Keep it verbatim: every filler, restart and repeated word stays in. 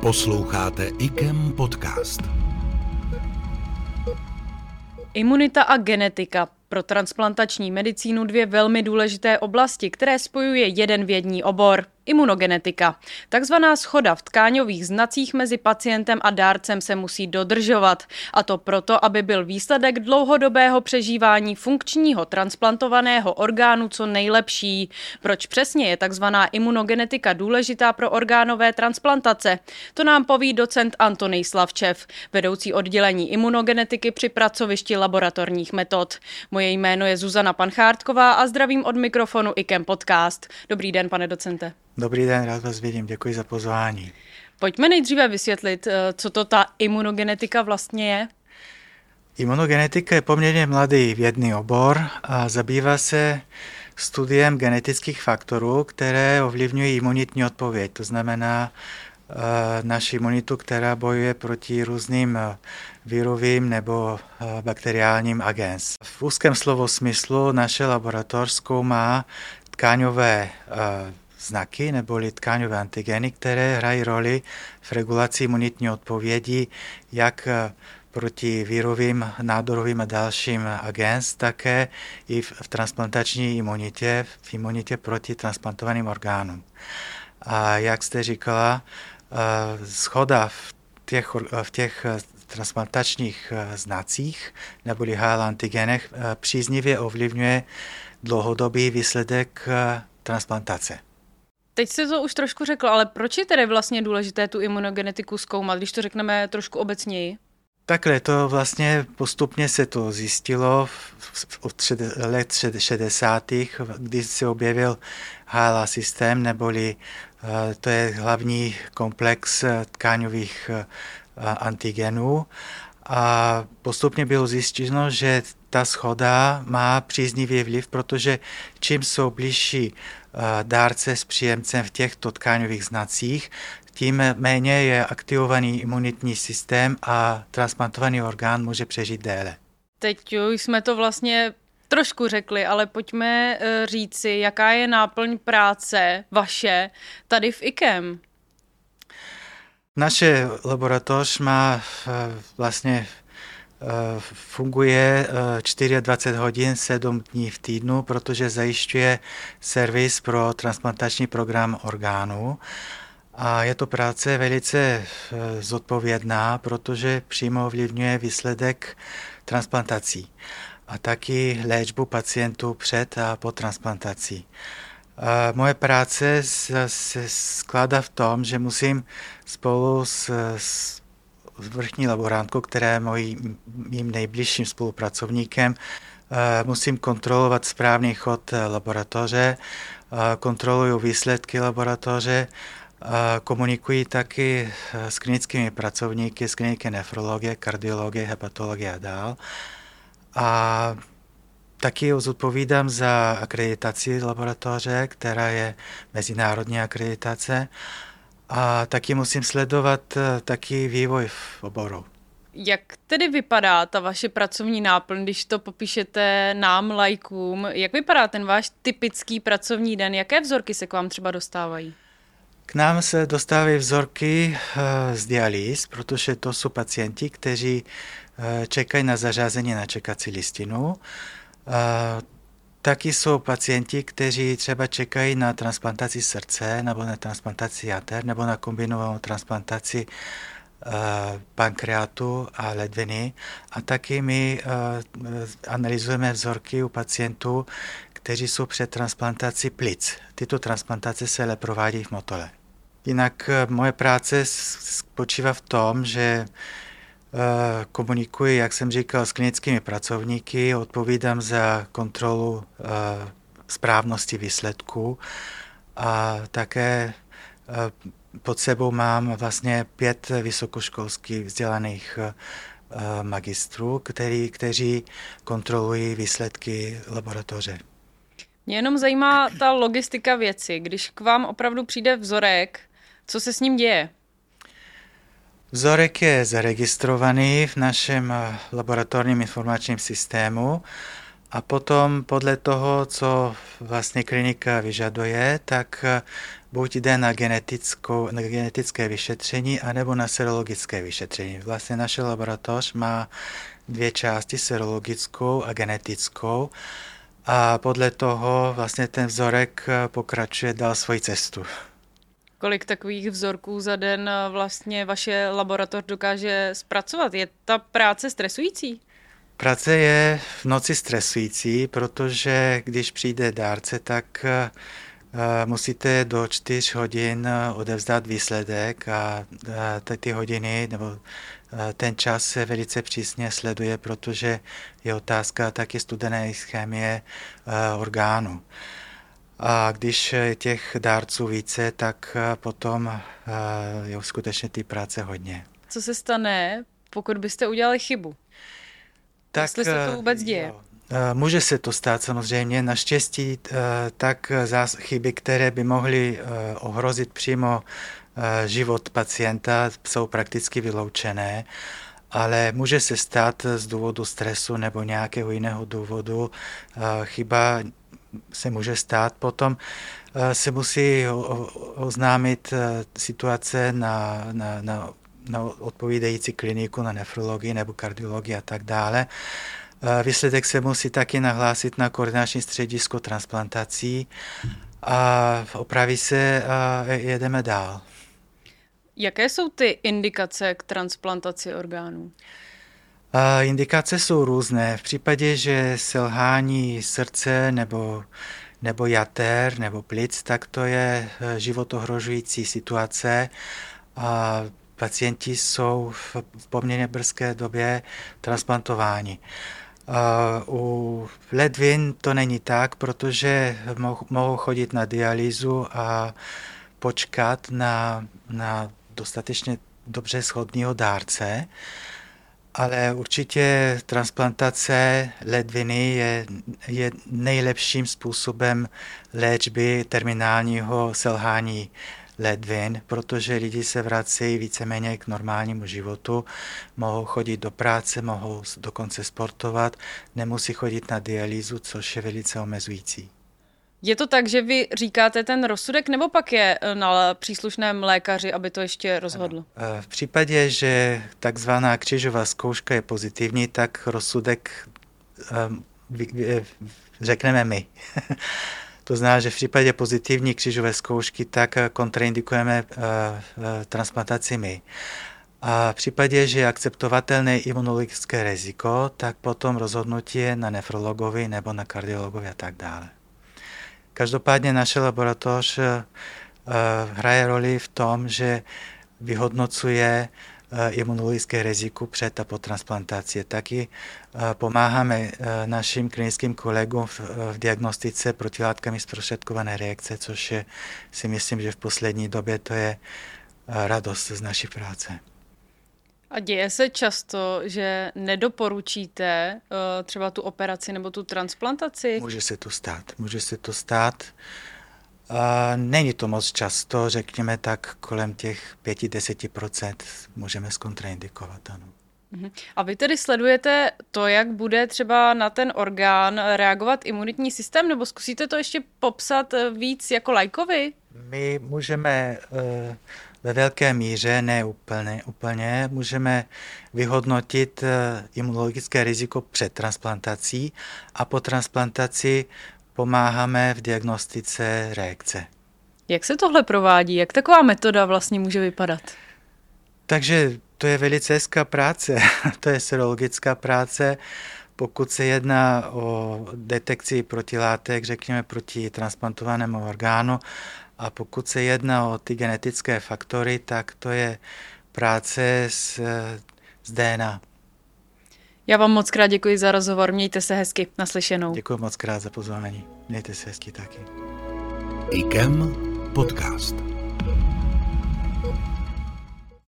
Posloucháte I K E M podcast. Imunita a genetika. Pro transplantační medicínu dvě velmi důležité oblasti, které spojuje jeden vědní obor. Imunogenetika. Takzvaná shoda v tkáňových znacích mezi pacientem a dárcem se musí dodržovat. A to proto, aby byl výsledek dlouhodobého přežívání funkčního transplantovaného orgánu co nejlepší. Proč přesně je takzvaná imunogenetika důležitá pro orgánové transplantace? To nám poví docent Antonín Slavčev, vedoucí oddělení imunogenetiky při pracovišti laboratorních metod. Moje jméno je Zuzana Panchártková a zdravím od mikrofonu I K E M podcast. Dobrý den, pane docente. Dobrý den, rád vás vidím, děkuji za pozvání. Pojďme nejdříve vysvětlit, co to ta imunogenetika vlastně je. Imunogenetika je poměrně mladý vědný obor a zabývá se studiem genetických faktorů, které ovlivňují imunitní odpověď. To znamená uh, naši imunitu, která bojuje proti různým uh, virovým nebo uh, bakteriálním agens. V úzkém slovo smyslu naše laboratoř zkoumá tkáňové uh, znaky neboli tkáňové antigeny, které hrají roli v regulaci imunitní odpovědi jak proti virovým, nádorovým a dalším agens, také i v, v transplantační imunitě, v imunitě proti transplantovaným orgánům. A jak jste říkala, shoda v těch, v těch transplantačních znacích neboli H L antigenech příznivě ovlivňuje dlouhodobý výsledek transplantace. Teď jsi to už trošku řekl, ale proč je tedy vlastně důležité tu imunogenetiku zkoumat, když to řekneme trošku obecněji? Takhle to vlastně postupně se to zjistilo od let šedesátých, kdy se objevil H L A systém, neboli to je hlavní komplex tkáňových antigenů. A postupně bylo zjištěno, že ta shoda má příznivý vliv, protože čím jsou blížší dárce s příjemcem v těchto tkáňových znacích, tím méně je aktivovaný imunitní systém a transplantovaný orgán může přežít déle. Teď jsme to vlastně trošku řekli, ale pojďme říci, jaká je náplň práce vaše tady v I K E M. Naše laboratoř má vlastně funguje dvacet čtyři hodin, sedm dní v týdnu, protože zajišťuje servis pro transplantační program orgánů. A je to práce velice zodpovědná, protože přímo ovlivňuje výsledek transplantací a taky léčbu pacientů před a po transplantací. A moje práce se skládá v tom, že musím spolu s, s vrchní laborantkou, která je mojím, mým nejbližším spolupracovníkem, musím kontrolovat správný chod laboratoře, kontroluju výsledky laboratoře, komunikují taky s klinickými pracovníky z kliniky nefrologie, kardiologie, hepatologie a dál. A taky zodpovídám za akreditaci laboratoře, která je mezinárodní akreditace. A taky musím sledovat taky vývoj v oboru. Jak tedy vypadá ta vaše pracovní náplň, když to popíšete nám, laikům? Jak vypadá ten váš typický pracovní den? Jaké vzorky se k vám třeba dostávají? K nám se dostávají vzorky z dialýz, protože to jsou pacienti, kteří čekají na zařazení na čekací listinu. Taky jsou pacienti, kteří třeba čekají na transplantaci srdce nebo na transplantaci jater nebo na kombinovanou transplantaci uh, pankreatu a ledviny. A taky my uh, analyzujeme vzorky u pacientů, kteří jsou před transplantací plic. Tyto transplantace se ale provádí v Motole. Jinak uh, moje práce spočívá v tom, že komunikuji, jak jsem říkal, s klinickými pracovníky, odpovídám za kontrolu uh, správnosti výsledků a také uh, pod sebou mám vlastně pět vysokoškolských vzdělaných uh, magistrů, který, kteří kontrolují výsledky laboratoře. Mě jenom zajímá ta logistika věci. Když k vám opravdu přijde vzorek, co se s ním děje? Vzorek je zaregistrovaný v našem laboratorním informačním systému A potom podle toho, co vlastně klinika vyžaduje, tak buď jde na, genetickou, na genetické vyšetření, anebo na serologické vyšetření. Vlastně naše laboratoř má dvě části, serologickou a genetickou. A podle toho vlastně ten vzorek pokračuje dál svoji cestu. Kolik takových vzorků za den vlastně vaše laboratoř dokáže zpracovat? Je ta práce stresující? Práce je v noci stresující, protože když přijde dárce, tak musíte do čtyř hodin odevzdat výsledek a ty hodiny nebo ten čas se velice přísně sleduje, protože je otázka taky studené ischémie orgánu. A když je těch dárců více, tak potom je skutečně ty práce hodně. Co se stane, pokud byste udělali chybu? Tak, jestli se to vůbec děje? Jo. Může se to stát samozřejmě. Naštěstí tak chyby, které by mohly ohrozit přímo život pacienta, jsou prakticky vyloučené, ale může se stát z důvodu stresu nebo nějakého jiného důvodu. Chyba se může stát. Potom se musí oznámit situace na, na, na, na odpovídající kliniku, na nefrologii nebo kardiologii a tak dále. Výsledek se musí taky nahlásit na koordinační středisko transplantací a opraví se a jedeme dál. Jaké jsou ty indikace k transplantaci orgánů? Indikace jsou různé. V případě, že selhání srdce nebo, nebo jater nebo plic, tak to je životohrožující situace a pacienti jsou v poměrně brzké době transplantováni. U ledvin to není tak, protože mohou chodit na dialýzu a počkat na, na dostatečně dobře shodného dárce, ale určitě transplantace ledviny je, je nejlepším způsobem léčby terminálního selhání ledvin, protože lidi se vracejí víceméně k normálnímu životu, mohou chodit do práce, mohou dokonce sportovat, nemusí chodit na dialýzu, což je velice omezující. Je to tak, že vy říkáte ten rozsudek, nebo pak je na příslušném lékaři, aby to ještě rozhodl? Ano. V případě, že takzvaná křížová zkouška je pozitivní, tak rozsudek řekneme my. To znamená, že v případě pozitivní křížové zkoušky tak kontraindikujeme transplantaci my. A v případě, že je akceptovatelné imunologické riziko, tak potom rozhodnutí je na nefrologovi nebo na kardiologovi a tak dále. Každopádně naše laboratoř hraje roli v tom, že vyhodnocuje imunologické riziko před a po transplantaci. Taky pomáháme našim klinickým kolegům v diagnostice protilátkami zprostředkované reakce, což je, si myslím, že v poslední době to je radost z naší práce. A děje se často, že nedoporučíte třeba tu operaci nebo tu transplantaci? Může se to stát. Může se to stát. Není to moc často, řekněme tak kolem těch pět až deset procent můžeme zkontraindikovat, ano. A vy tedy sledujete to, jak bude třeba na ten orgán reagovat imunitní systém, nebo zkusíte to ještě popsat víc jako laikovi? My můžeme ve velké míře, ne úplně, úplně, můžeme vyhodnotit imunologické riziko před transplantací a po transplantaci pomáháme v diagnostice reakce. Jak se tohle provádí? Jak taková metoda vlastně může vypadat? Takže to je velice hezká práce. To je serologická práce. Pokud se jedná o detekci protilátek, řekněme proti transplantovanému orgánu, a pokud se jedná o ty genetické faktory, tak to je práce s, s D N A. Já vám moc krát děkuji za rozhovor, mějte se hezky, naslyšenou. Děkuji moc krát za pozvání, mějte se hezky taky. I K E M podcast.